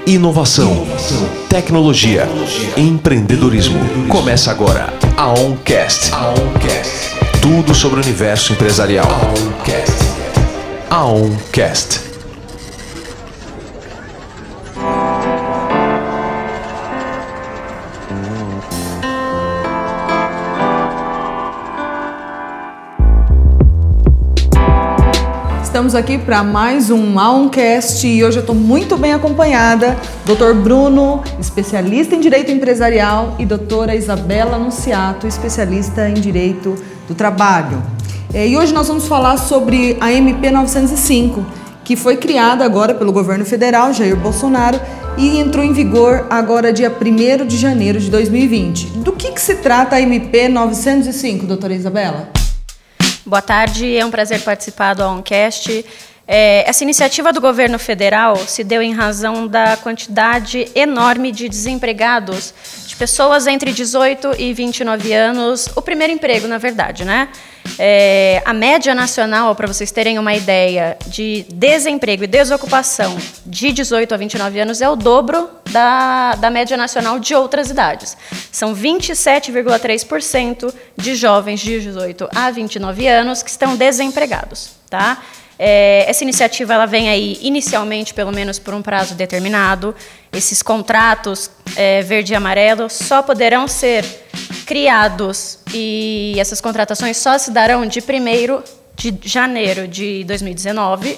Inovação, tecnologia, empreendedorismo. Começa agora a OnCast. Tudo sobre o universo empresarial. A OnCast. Estamos aqui para mais um OnCast e hoje eu estou muito bem acompanhada. Dr. Bruno, especialista em Direito Empresarial, e doutora Isabela Nunziato, especialista em Direito do Trabalho. E hoje nós vamos falar sobre a MP 905, que foi criada agora pelo governo federal, Jair Bolsonaro, e entrou em vigor agora dia 1º de janeiro de 2020. Do que se trata a MP 905, doutora Isabela? Boa tarde, é um prazer participar do OnCast. Essa iniciativa do governo federal se deu em razão da quantidade enorme de desempregados, de pessoas entre 18 e 29 anos, o primeiro emprego, na verdade, né? A média nacional, para vocês terem uma ideia, de desemprego e desocupação de 18 a 29 anos é o dobro da média nacional de outras idades. São 27,3% de jovens de 18 a 29 anos que estão desempregados, tá? Essa iniciativa ela vem aí inicialmente, pelo menos por um prazo determinado. Esses contratos verde e amarelo só poderão ser criados e essas contratações só se darão de 1º de janeiro de 2020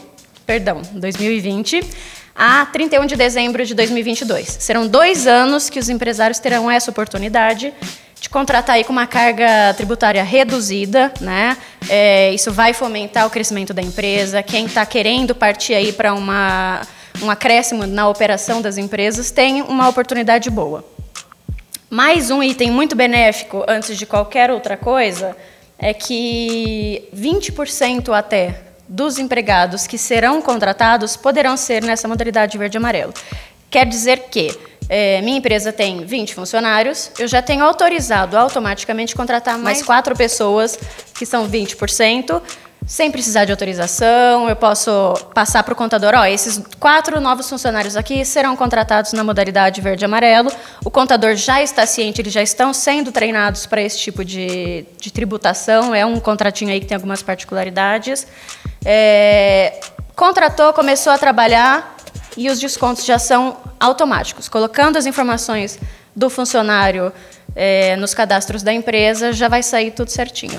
a 31 de dezembro de 2022. Serão 2 anos que os empresários terão essa oportunidade de contratar aí com uma carga tributária reduzida, né? Isso vai fomentar o crescimento da empresa. Quem está querendo partir aí para um acréscimo na operação das empresas tem uma oportunidade boa. Mais um item muito benéfico, antes de qualquer outra coisa, é que 20% até dos empregados que serão contratados poderão ser nessa modalidade verde e amarelo. Quer dizer que minha empresa tem 20 funcionários, eu já tenho autorizado automaticamente contratar mais 4 pessoas, que são 20%, sem precisar de autorização. Eu posso passar para o contador, esses 4 novos funcionários aqui serão contratados na modalidade verde e amarelo. O contador já está ciente, eles já estão sendo treinados para esse tipo de tributação, é um contratinho aí que tem algumas particularidades. Contratou, começou a trabalhar e os descontos já são automáticos. Colocando as informações do funcionário nos cadastros da empresa, já vai sair tudo certinho.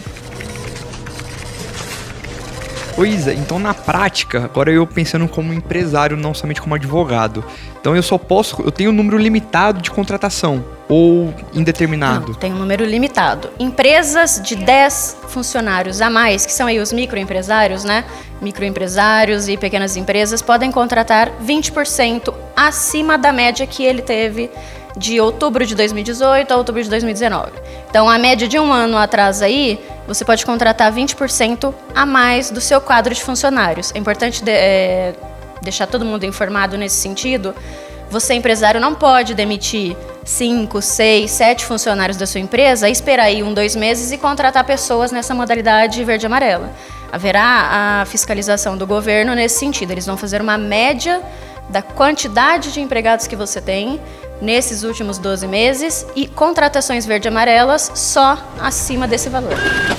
Pois é, então na prática, agora eu pensando como empresário, não somente como advogado, então eu tenho um número limitado de contratação ou indeterminado? Não, tem um número limitado. Empresas de 10 funcionários a mais, que são aí os microempresários, né? Microempresários e pequenas empresas podem contratar 20% acima da média que ele teve de outubro de 2018 a outubro de 2019. Então, a média de um ano atrás aí, você pode contratar 20% a mais do seu quadro de funcionários. É importante deixar todo mundo informado nesse sentido. Você, empresário, não pode demitir 5, 6, 7 funcionários da sua empresa, esperar aí 1, 2 meses e contratar pessoas nessa modalidade verde e amarela. Haverá a fiscalização do governo nesse sentido. Eles vão fazer uma média da quantidade de empregados que você tem nesses últimos 12 meses e contratações verde e amarelas só acima desse valor.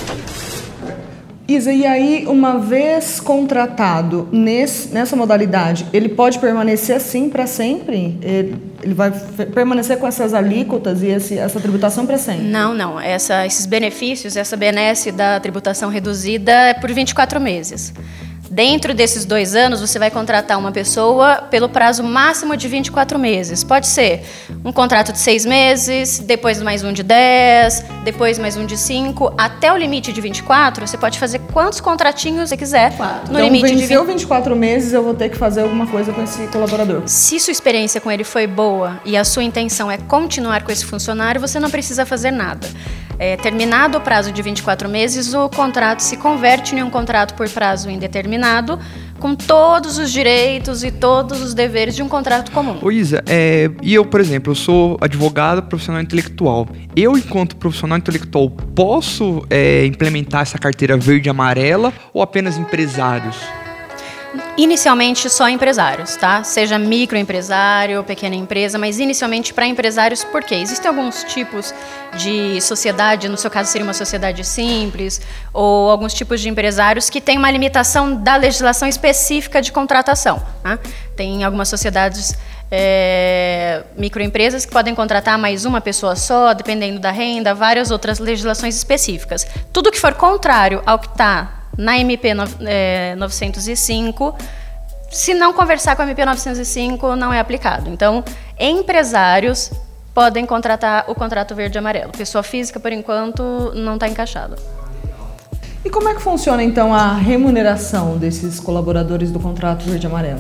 Isa, e aí, uma vez contratado nessa modalidade, ele pode permanecer assim para sempre? Ele vai permanecer com essas alíquotas e essa tributação para sempre? Não. Esses benefícios, essa benesse da tributação reduzida é por 24 meses. Dentro desses 2 anos, você vai contratar uma pessoa pelo prazo máximo de 24 meses. Pode ser um contrato de 6 meses, depois mais um de 10, depois mais um de 5, até o limite de 24, você pode fazer quantos contratinhos você quiser. No limite de 24 meses, eu vou ter que fazer alguma coisa com esse colaborador. Se sua experiência com ele foi boa e a sua intenção é continuar com esse funcionário, você não precisa fazer nada. Terminado o prazo de 24 meses, o contrato se converte em um contrato por prazo indeterminado, com todos os direitos e todos os deveres de um contrato comum. Ô Isa, e eu, por exemplo, eu sou advogado profissional intelectual. Eu, enquanto profissional intelectual, posso implementar essa carteira verde e amarela ou apenas empresários? Inicialmente só empresários, tá? Seja microempresário, pequena empresa, mas inicialmente para empresários, por quê? Existem alguns tipos de sociedade, no seu caso seria uma sociedade simples, ou alguns tipos de empresários que têm uma limitação da legislação específica de contratação, tá? Tem algumas sociedades microempresas que podem contratar mais uma pessoa só, dependendo da renda, várias outras legislações específicas. Tudo que for contrário ao que está na MP 905, se não conversar com a MP 905, não é aplicado. Então, empresários podem contratar o contrato verde e amarelo. Pessoa física, por enquanto, não está encaixado. E como é que funciona, então, a remuneração desses colaboradores do contrato verde e amarelo?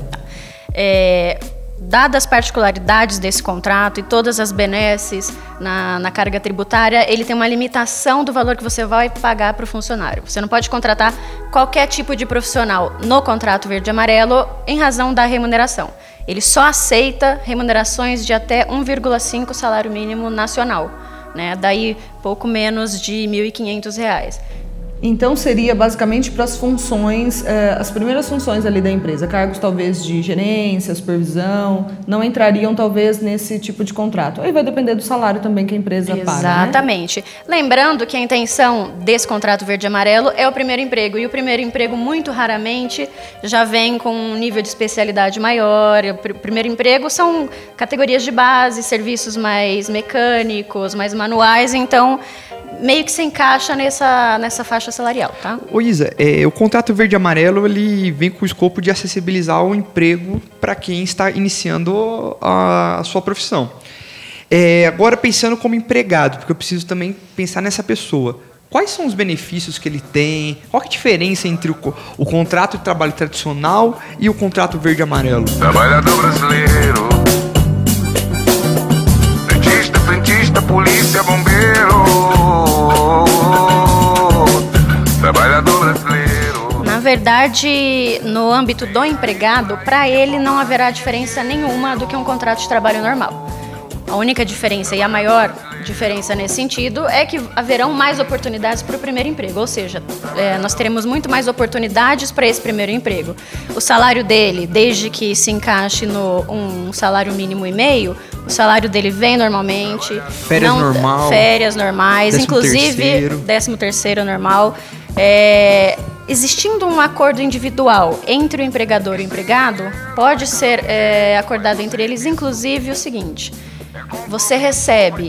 Dadas as particularidades desse contrato e todas as benesses na carga tributária, ele tem uma limitação do valor que você vai pagar para o funcionário. Você não pode contratar qualquer tipo de profissional no contrato verde e amarelo em razão da remuneração. Ele só aceita remunerações de até 1,5 salário mínimo nacional, né? Daí pouco menos de R$ 1.500. Então seria basicamente para as funções, as primeiras funções ali da empresa, cargos talvez de gerência, supervisão, não entrariam talvez nesse tipo de contrato. Aí vai depender do salário também que a empresa paga. Exatamente. Né? Lembrando que a intenção desse contrato verde e amarelo é o primeiro emprego, e o primeiro emprego muito raramente já vem com um nível de especialidade maior. O primeiro emprego são categorias de base, serviços mais mecânicos, mais manuais, então meio que se encaixa nessa faixa salarial, tá? Ô Isa, o contrato verde e amarelo ele vem com o escopo de acessibilizar o emprego para quem está iniciando a sua profissão. Agora pensando como empregado, porque eu preciso também pensar nessa pessoa. Quais são os benefícios que ele tem? Qual é a diferença entre o contrato de trabalho tradicional e o contrato verde e amarelo? Trabalhador brasileiro, frentista, polícia, bombeiro. Trabalhador brasileiro. Na verdade, no âmbito do empregado, para ele não haverá diferença nenhuma do que um contrato de trabalho normal. A única diferença e a maior diferença nesse sentido é que haverão mais oportunidades para o primeiro emprego, ou seja, nós teremos muito mais oportunidades para esse primeiro emprego. O salário dele, desde que se encaixe no um salário mínimo e meio, o salário dele vem normalmente. Férias normais, inclusive 13º normal. Existindo um acordo individual entre o empregador e o empregado, pode ser acordado entre eles, inclusive, o seguinte: você recebe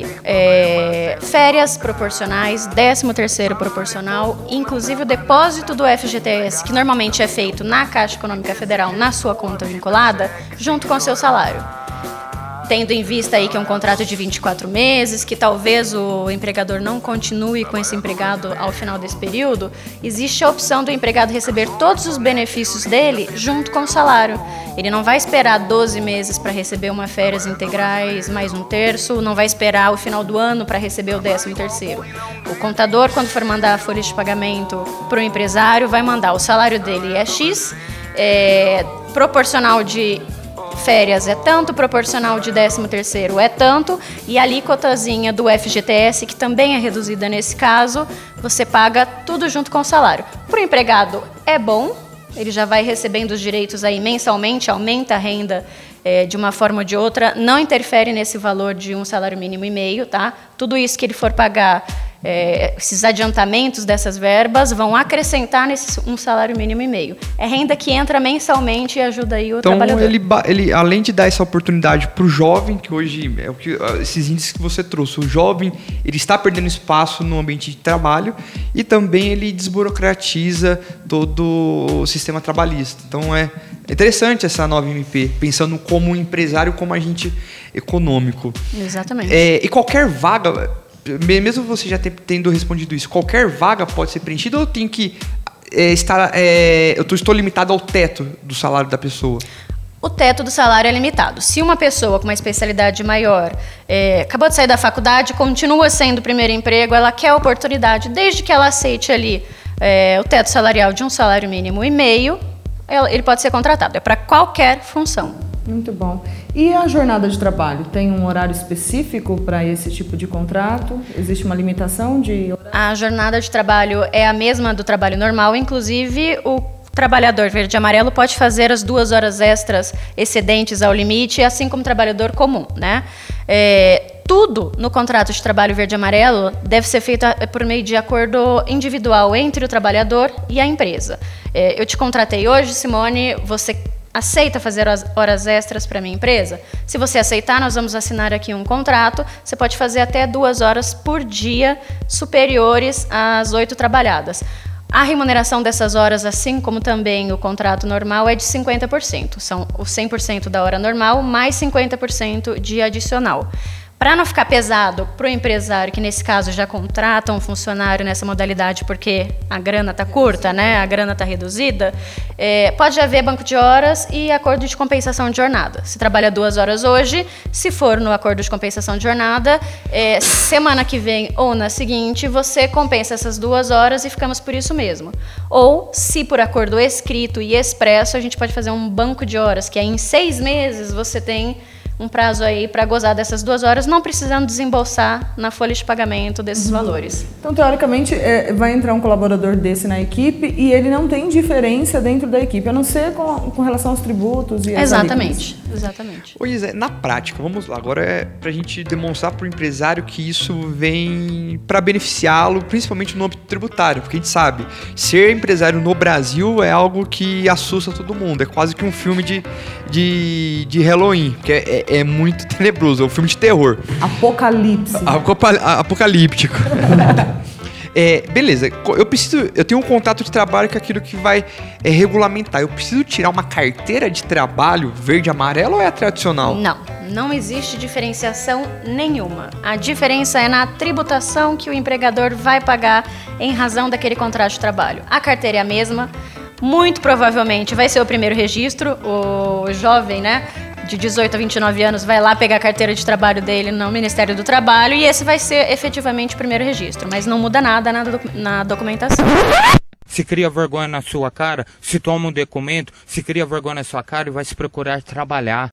férias proporcionais, 13º proporcional, inclusive o depósito do FGTS, que normalmente é feito na Caixa Econômica Federal, na sua conta vinculada, junto com o seu salário. Tendo em vista aí que é um contrato de 24 meses, que talvez o empregador não continue com esse empregado ao final desse período, existe a opção do empregado receber todos os benefícios dele junto com o salário. Ele não vai esperar 12 meses para receber uma férias integrais, mais um terço, não vai esperar o final do ano para receber o 13º. O contador, quando for mandar a folha de pagamento para o empresário, vai mandar o salário dele é X, proporcional de férias é tanto, proporcional de 13º é tanto, e a alíquotazinha do FGTS, que também é reduzida nesse caso, você paga tudo junto com o salário. Para o empregado é bom, ele já vai recebendo os direitos aí mensalmente, aumenta a renda de uma forma ou de outra, não interfere nesse valor de um salário mínimo e meio, tá? Tudo isso que ele for pagar, esses adiantamentos dessas verbas vão acrescentar nesse um salário mínimo e meio. É renda que entra mensalmente e ajuda aí o trabalhador. Então, ele, além de dar essa oportunidade para o jovem, que hoje é o que esses índices que você trouxe, o jovem ele está perdendo espaço no ambiente de trabalho e também ele desburocratiza todo o sistema trabalhista. Então, é interessante essa nova MP, pensando como empresário, como agente econômico. Exatamente. E qualquer vaga, mesmo você já tendo respondido isso, qualquer vaga pode ser preenchida ou eu tenho que estou limitado ao teto do salário da pessoa? O teto do salário é limitado. Se uma pessoa com uma especialidade maior acabou de sair da faculdade, continua sendo o primeiro emprego, ela quer a oportunidade, desde que ela aceite ali o teto salarial de um salário mínimo e meio, ele pode ser contratado. É para qualquer função. Muito bom. E a jornada de trabalho? Tem um horário específico para esse tipo de contrato? Existe uma limitação de horário? A jornada de trabalho é a mesma do trabalho normal, inclusive o trabalhador verde e amarelo pode fazer as 2 horas extras excedentes ao limite, assim como trabalhador comum, né? Tudo no contrato de trabalho verde e amarelo deve ser feito por meio de acordo individual entre o trabalhador e a empresa. Eu te contratei hoje, Simone, você aceita fazer as horas extras para a minha empresa? Se você aceitar, nós vamos assinar aqui um contrato. Você pode fazer até 2 horas por dia superiores às 8 trabalhadas. A remuneração dessas horas, assim como também o contrato normal, é de 50%. São os 100% da hora normal, mais 50% de adicional. Para não ficar pesado para o empresário, que nesse caso já contrata um funcionário nessa modalidade porque a grana está curta, né? A grana está reduzida, pode haver banco de horas e acordo de compensação de jornada. Se trabalha 2 horas hoje, se for no acordo de compensação de jornada, semana que vem ou na seguinte, você compensa essas 2 horas e ficamos por isso mesmo. Ou, se por acordo escrito e expresso, a gente pode fazer um banco de horas, que aí em 6 meses você tem um prazo aí para gozar dessas 2 horas, não precisando desembolsar na folha de pagamento desses valores. Então, teoricamente, vai entrar um colaborador desse na equipe e ele não tem diferença dentro da equipe, a não ser com relação aos tributos e às Exatamente. Ô Isa, na prática, vamos lá, agora é para a gente demonstrar para o empresário que isso vem para beneficiá-lo, principalmente no âmbito tributário, porque a gente sabe, ser empresário no Brasil é algo que assusta todo mundo, é quase que um filme de Halloween, que é muito tenebroso, é um filme de terror. Apocalipse. Apocalíptico. Beleza, eu tenho um contrato de trabalho que é aquilo que vai regulamentar. Eu preciso tirar uma carteira de trabalho verde e amarelo ou é a tradicional? Não existe diferenciação nenhuma. A diferença é na tributação que o empregador vai pagar em razão daquele contrato de trabalho. A carteira é a mesma, muito provavelmente vai ser o primeiro registro, o jovem, né? De 18 a 29 anos vai lá pegar a carteira de trabalho dele no Ministério do Trabalho e esse vai ser efetivamente o primeiro registro, mas não muda nada na documentação. Se cria vergonha na sua cara, se toma um documento, se cria vergonha na sua cara e vai se procurar trabalhar.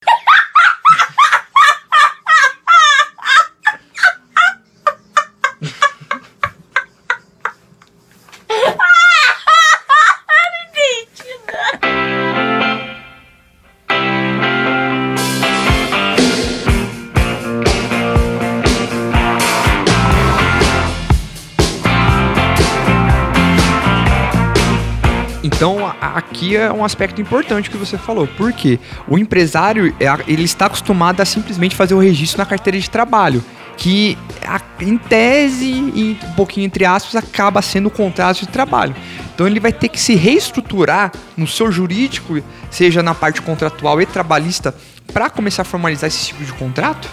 Então, aqui é um aspecto importante que você falou, porque o empresário ele está acostumado a simplesmente fazer o registro na carteira de trabalho, que em tese, e um pouquinho entre aspas, acaba sendo o contrato de trabalho. Então ele vai ter que se reestruturar no seu jurídico, seja na parte contratual e trabalhista, para começar a formalizar esse tipo de contrato?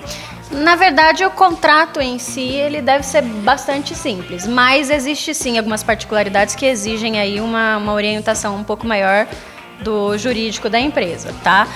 Na verdade, o contrato em si, ele deve ser bastante simples, mas existe sim algumas particularidades que exigem aí uma orientação um pouco maior do jurídico da empresa, tá?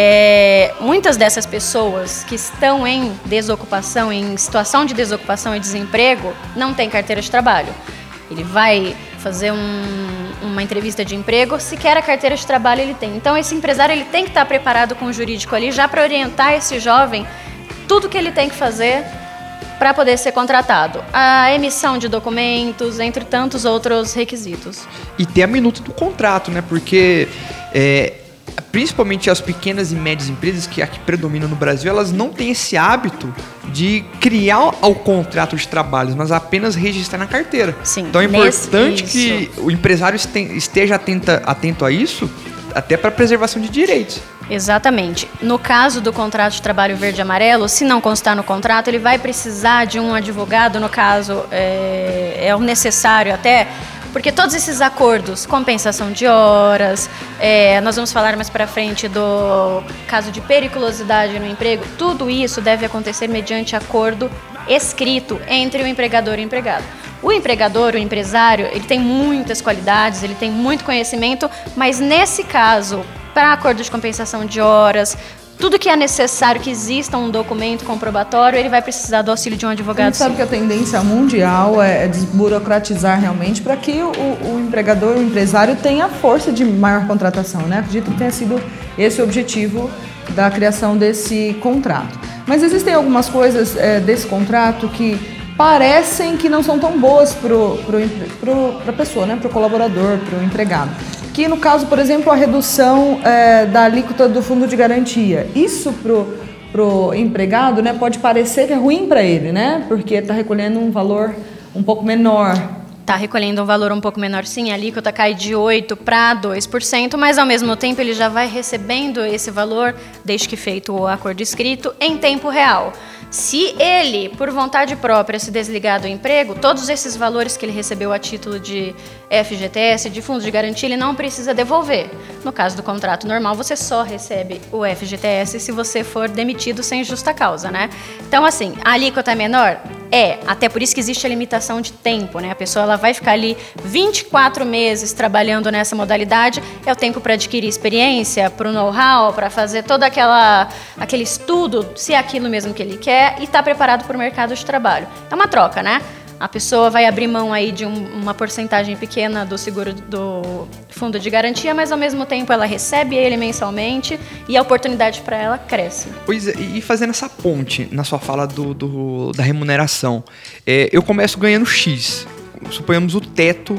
Muitas dessas pessoas que estão em desocupação, em situação de desocupação e desemprego, não têm carteira de trabalho. Ele vai fazer uma entrevista de emprego, sequer a carteira de trabalho ele tem. Então, esse empresário ele tem que estar preparado com o jurídico ali já para orientar esse jovem tudo que ele tem que fazer para poder ser contratado. A emissão de documentos, entre tantos outros requisitos. E tem a minuta do contrato, né? Porque principalmente as pequenas e médias empresas que aqui predominam no Brasil, elas não têm esse hábito de criar o contrato de trabalho, mas apenas registrar na carteira. Sim, então é importante que o empresário esteja atento a isso, até para preservação de direitos. Exatamente. No caso do contrato de trabalho verde e amarelo, se não constar no contrato, ele vai precisar de um advogado, no caso, é o necessário até, porque todos esses acordos, compensação de horas, nós vamos falar mais para frente do caso de periculosidade no emprego, tudo isso deve acontecer mediante acordo escrito entre o empregador e o empregado. O empregador, o empresário, ele tem muitas qualidades, ele tem muito conhecimento, mas nesse caso, para acordo de compensação de horas, tudo que é necessário que exista um documento comprobatório, ele vai precisar do auxílio de um advogado. A gente sabe que a tendência mundial é desburocratizar realmente para que o empregador, o empresário tenha força de maior contratação, né? Acredito que tenha sido esse o objetivo da criação desse contrato. Mas existem algumas coisas desse contrato que parecem que não são tão boas para a pessoa, né? Para o colaborador, para o empregado. que no caso, por exemplo, a redução da alíquota do fundo de garantia, isso pro empregado, né, pode parecer que é ruim para ele, né, porque está recolhendo um valor um pouco menor. Está recolhendo um valor um pouco menor, sim, a alíquota cai de 8% para 2%, mas ao mesmo tempo ele já vai recebendo esse valor, desde que feito o acordo escrito, em tempo real. Se ele, por vontade própria, se desligar do emprego, todos esses valores que ele recebeu a título de FGTS, de fundo de garantia, ele não precisa devolver. No caso do contrato normal, você só recebe o FGTS se você for demitido sem justa causa, né? Então, assim, a alíquota é menor? Até por isso que existe a limitação de tempo, né? A pessoa ela vai ficar ali 24 meses trabalhando nessa modalidade, é o tempo para adquirir experiência, para o know-how, para fazer todo aquele estudo, se é aquilo mesmo que ele quer, e está preparado para o mercado de trabalho. É uma troca, né? A pessoa vai abrir mão aí de uma porcentagem pequena do seguro do fundo de garantia, mas ao mesmo tempo ela recebe ele mensalmente e a oportunidade para ela cresce. Pois é, e fazendo essa ponte na sua fala da remuneração, eu começo ganhando X, suponhamos o teto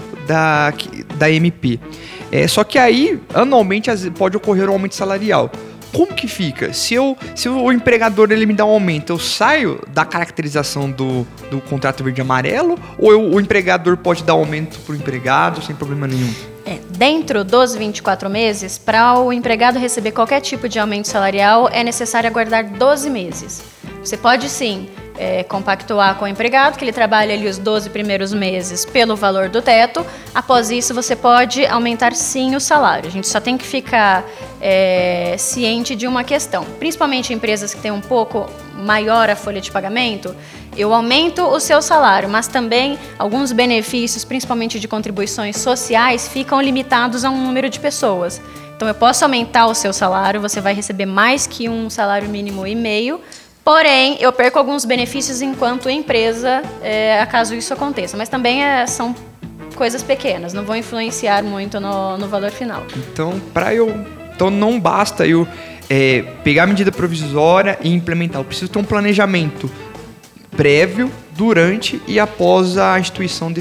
da MP. Só que aí, anualmente, pode ocorrer um aumento salarial. Como que fica? Se o empregador ele me dá um aumento, eu saio da caracterização do contrato verde e amarelo? Ou o empregador pode dar aumento para o empregado sem problema nenhum? Dentro dos 24 meses, para o empregado receber qualquer tipo de aumento salarial, é necessário aguardar 12 meses. Você pode sim compactuar com o empregado, que ele trabalha ali os 12 primeiros meses pelo valor do teto. Após isso, você pode aumentar sim o salário. A gente só tem que ficar ciente de uma questão. Principalmente empresas que têm um pouco maior a folha de pagamento, eu aumento o seu salário, mas também alguns benefícios, principalmente de contribuições sociais, ficam limitados a um número de pessoas. Então, eu posso aumentar o seu salário, você vai receber mais que um salário mínimo e meio, porém, eu perco alguns benefícios enquanto empresa, caso isso aconteça. Mas também são coisas pequenas, não vão influenciar muito no valor final. Então não basta eu pegar a medida provisória e implementar. Eu preciso ter um planejamento prévio, durante e após a instituição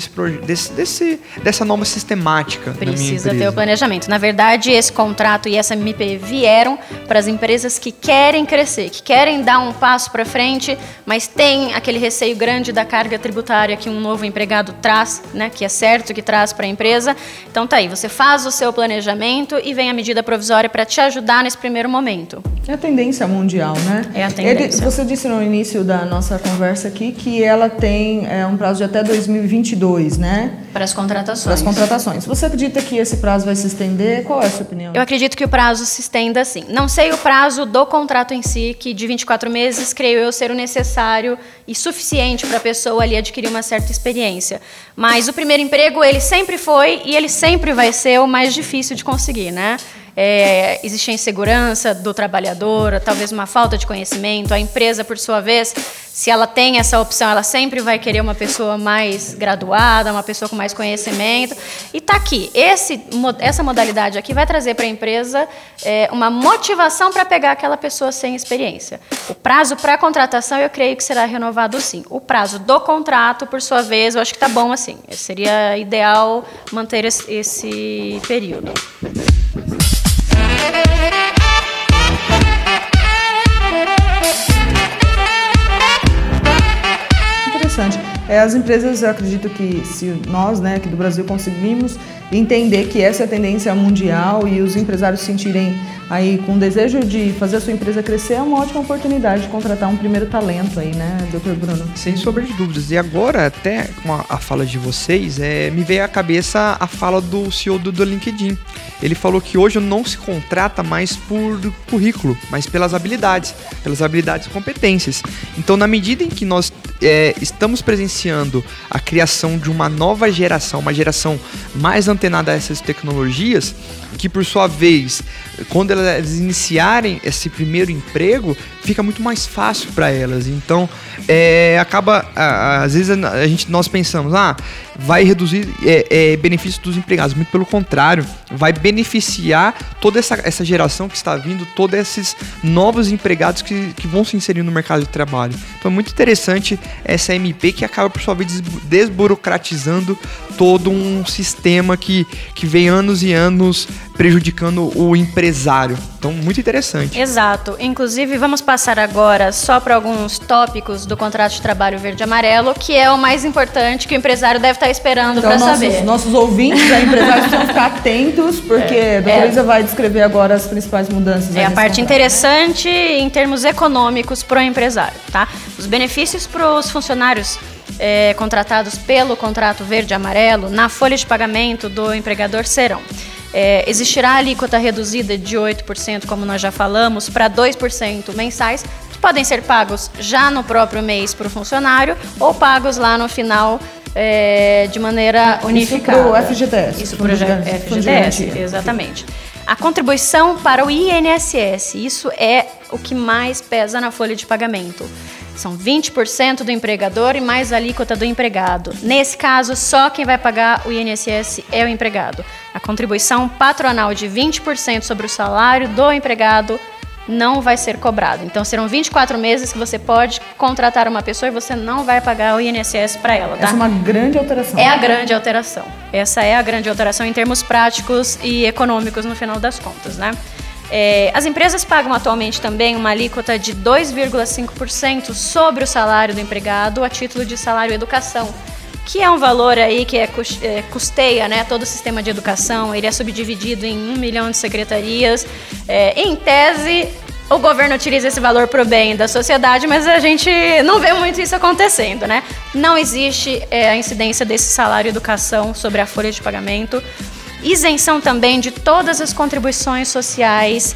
dessa nova sistemática. Precisa ter o planejamento. Na verdade, esse contrato e essa MP vieram para as empresas que querem crescer, que querem dar um passo para frente, mas tem aquele receio grande da carga tributária que um novo empregado traz, né, que é certo que traz para a empresa. Então tá aí, você faz o seu planejamento e vem a medida provisória para te ajudar nesse primeiro momento. É a tendência mundial, né? É a tendência. Você disse no início da nossa conversa aqui que ela tem um prazo de até 2022, né? Para as contratações. Para as contratações. Você acredita que esse prazo vai se estender? Qual é a sua opinião? Eu acredito que o prazo se estenda sim. Não sei o prazo do contrato em si, que de 24 meses, creio eu, ser o necessário e suficiente para a pessoa ali adquirir uma certa experiência. Mas o primeiro emprego, ele sempre foi e ele sempre vai ser o mais difícil de conseguir, né? Existe a insegurança do trabalhador, talvez uma falta de conhecimento. A empresa, por sua vez, se ela tem essa opção, ela sempre vai querer uma pessoa mais graduada, uma pessoa com mais conhecimento. E está aqui, essa modalidade aqui vai trazer para a empresa uma motivação para pegar aquela pessoa sem experiência. O prazo para a contratação, eu creio que será renovado sim. O prazo do contrato, por sua vez, eu acho que está bom assim. Seria ideal manter esse período. Interessante. As empresas, eu acredito que se nós, né, aqui do Brasil, conseguimos entender que essa é a tendência mundial e os empresários se sentirem aí com o desejo de fazer a sua empresa crescer, é uma ótima oportunidade de contratar um primeiro talento aí, né, Dr. Bruno? Sem sombra de dúvidas. E agora, até com a fala de vocês, me veio à cabeça a fala do CEO do LinkedIn. Ele falou que hoje não se contrata mais por currículo, mas pelas habilidades e competências. Então, na medida em que nós estamos presenciando a criação de uma nova geração, uma geração mais antenada a essas tecnologias, que por sua vez, quando elas iniciarem esse primeiro emprego, fica muito mais fácil para elas. Então, acaba, às vezes nós pensamos, vai reduzir benefícios dos empregados. Muito pelo contrário, vai beneficiar toda essa geração que está vindo, todos esses novos empregados que vão se inserir no mercado de trabalho. Então é muito interessante essa MP que acaba, por sua vez, desburocratizando todo um sistema que vem anos e anos prejudicando o empresário. Então, muito interessante. Exato. Inclusive, vamos passar agora só para alguns tópicos do contrato de trabalho verde e amarelo, que é o mais importante que o empresário deve estar esperando para saber. Nossos ouvintes, empresários, precisam ficar atentos, porque a doutora Isa vai descrever agora as principais mudanças. É a parte interessante em termos econômicos para o empresário, tá? Os benefícios para os funcionários contratados pelo contrato verde e amarelo na folha de pagamento do empregador serão: existirá a alíquota reduzida de 8%, como nós já falamos, para 2% mensais, que podem ser pagos já no próprio mês para o funcionário ou pagos lá no final de maneira unificada. Isso para o FGTS. Isso para o FGTS, exatamente. A contribuição para o INSS, isso é o que mais pesa na folha de pagamento. São 20% do empregador e mais a alíquota do empregado. Nesse caso, só quem vai pagar o INSS é o empregado. A contribuição patronal de 20% sobre o salário do empregado não vai ser cobrada. Então, serão 24 meses que você pode contratar uma pessoa e você não vai pagar o INSS para ela, tá? Essa é uma grande alteração. É a grande alteração. Essa é a grande alteração em termos práticos e econômicos no final das contas, né? As empresas pagam atualmente também uma alíquota de 2,5% sobre o salário do empregado a título de salário educação, que é um valor aí que custeia, né, todo o sistema de educação. Ele é subdividido em 1 milhão de secretarias. Em tese, o governo utiliza esse valor para o bem da sociedade, mas a gente não vê muito isso acontecendo, né? Não existe a incidência desse salário educação sobre a folha de pagamento. Isenção também de todas as contribuições sociais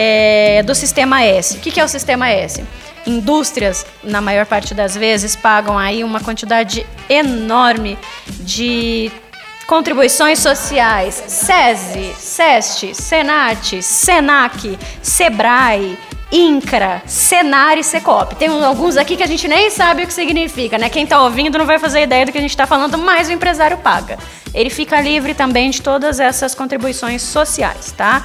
do Sistema S. O que é o Sistema S? Indústrias, na maior parte das vezes, pagam aí uma quantidade enorme de contribuições sociais. SESI, SEST, SENAT, SENAC, SEBRAE, INCRA, SENAR e SECOP. Tem alguns aqui que a gente nem sabe o que significa, né? Quem está ouvindo não vai fazer ideia do que a gente está falando, mas o empresário paga. Ele fica livre também de todas essas contribuições sociais, tá?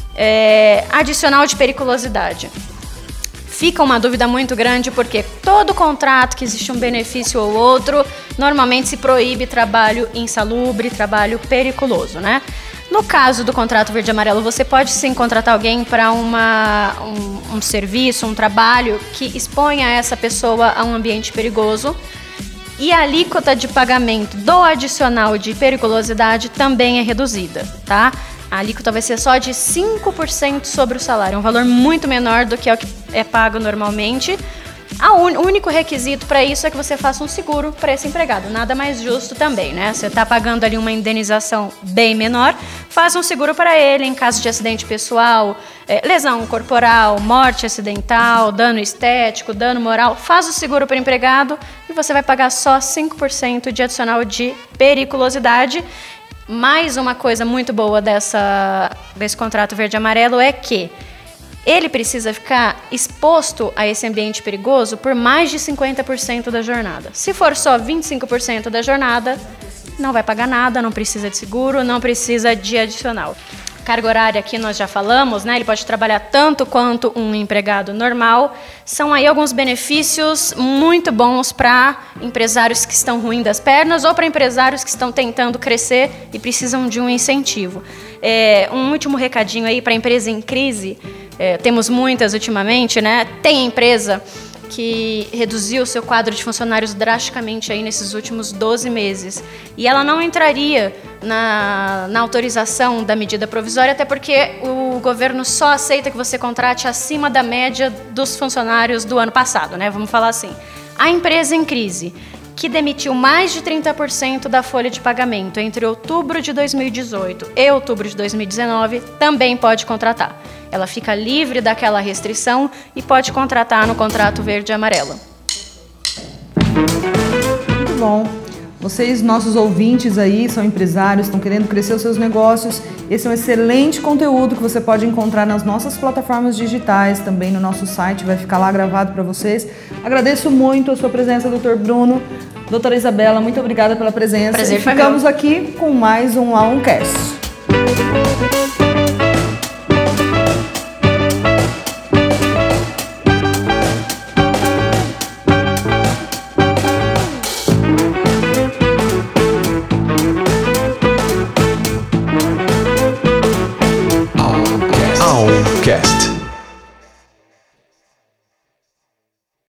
Adicional de periculosidade. Fica uma dúvida muito grande porque todo contrato que existe um benefício ou outro, normalmente se proíbe trabalho insalubre, trabalho periculoso, né? No caso do contrato verde e amarelo, você pode sim contratar alguém para um serviço, um trabalho que exponha essa pessoa a um ambiente perigoso. E a alíquota de pagamento do adicional de periculosidade também é reduzida, tá? A alíquota vai ser só de 5% sobre o salário, um valor muito menor do que é o que é pago normalmente. O único requisito para isso é que você faça um seguro para esse empregado, nada mais justo também, né? Você está pagando ali uma indenização bem menor, faz um seguro para ele em caso de acidente pessoal, lesão corporal, morte acidental, dano estético, dano moral, faz o seguro para o empregado e você vai pagar só 5% de adicional de periculosidade. Mais uma coisa muito boa desse contrato verde e amarelo é que ele precisa ficar exposto a esse ambiente perigoso por mais de 50% da jornada. Se for só 25% da jornada, não vai pagar nada, não precisa de seguro, não precisa de adicional. Carga horária aqui nós já falamos, né? Ele pode trabalhar tanto quanto um empregado normal. São aí alguns benefícios muito bons para empresários que estão ruim das pernas ou para empresários que estão tentando crescer e precisam de um incentivo. Um último recadinho aí para a empresa em crise. Temos muitas ultimamente, né? Tem empresa que reduziu o seu quadro de funcionários drasticamente aí nesses últimos 12 meses. E ela não entraria na autorização da medida provisória, até porque o governo só aceita que você contrate acima da média dos funcionários do ano passado, né? Vamos falar assim. A empresa em crise, que demitiu mais de 30% da folha de pagamento entre outubro de 2018 e outubro de 2019, também pode contratar. Ela fica livre daquela restrição e pode contratar no contrato verde e amarelo. Muito bom. Vocês, nossos ouvintes aí, são empresários, estão querendo crescer os seus negócios. Esse é um excelente conteúdo que você pode encontrar nas nossas plataformas digitais, também no nosso site, vai ficar lá gravado para vocês. Agradeço muito a sua presença, Dr. Bruno. Doutora Isabela, muito obrigada pela presença. Prazer, e ficamos aqui com mais um A1Cast.